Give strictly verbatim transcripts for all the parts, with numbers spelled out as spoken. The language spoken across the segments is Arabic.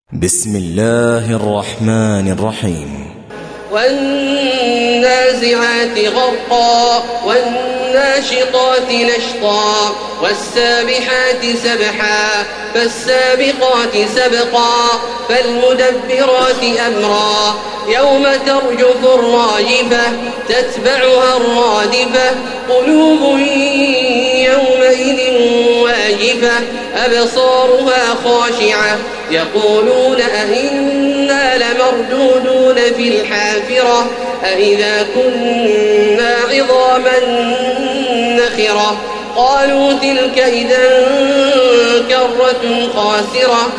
بسم الله الرحمن الرحيم. والنازعات غرقا والناشطات نشطا والسابحات سبحا فالسابقات سبقا فالمدبرات أمرا يوم ترجف الراجفة تتبعها الرادفة قلوب يومئذ واجفة أبصارها خاشعة يقولون أئنا لمردودون في الحافرة أئذا كنا عظاما نخرة قالوا تلك إذا كرة خاسرة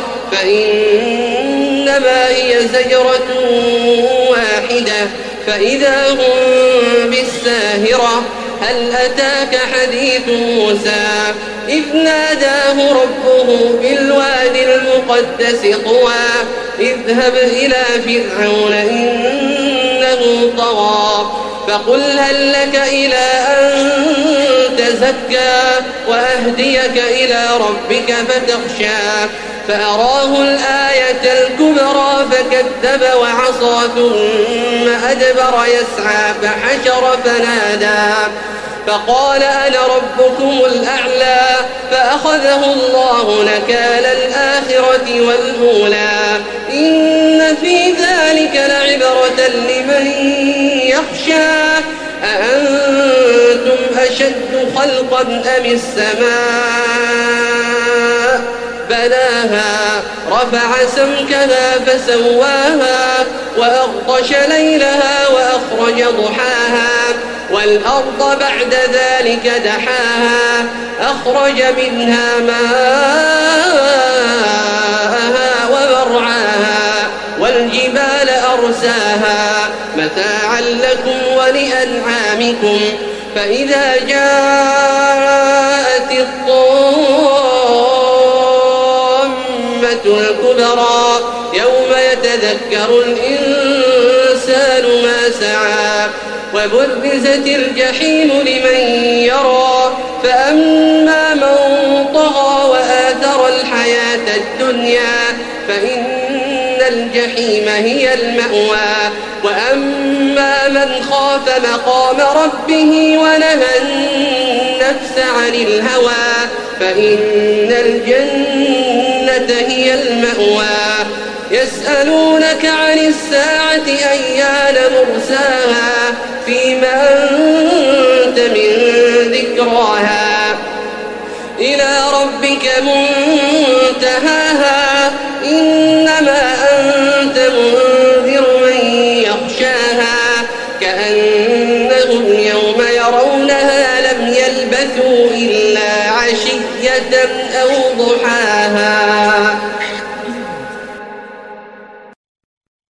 فإنما هي زجرة واحدة فإذا هم بالساهرة هل أتاك حديث موسى إذ ناداه ربه بالوادي المقدس طوى اذهب إلى فرعون إنه طغى فقل هل لك إلى أن تزكى وأهديك إلى ربك فتخشى فأراه الآية الكبرى فكذب وعصى ثم أدبر يسعى فحشر فنادى فقال أنا ربكم الأعلى فأخذه الله نكال الآخرة والأولى إن في ذلك لعبرة لمن يخشى أأنتم أشد خلقا أم السماء بناها رفع سمكها فسواها وأغطش ليلها وأخرج ضحاها والأرض بعد ذلك دحاها أخرج منها ماءها ومرعاها والجبال أرساها متاعا لكم ولأنعامكم فإذا جاءت الطامة الكبرى يوم يتذكر الإنسان ما سعى وبرزت الجحيم لمن يرى فأما من طغى وآثر الحياة الدنيا فإن الجحيم هي المأوى وأما من خاف مقام ربه ونهى النفس عن الهوى فإن الجنة هي المأوى يسألونك عن الساعة أيان مرساها فيما أنت من ذكراها إلى ربك منتهاها إنما أنت منذر من يخشاها كأنهم يوم يرونها لم يلبثوا إلا عشية أو ضحاها.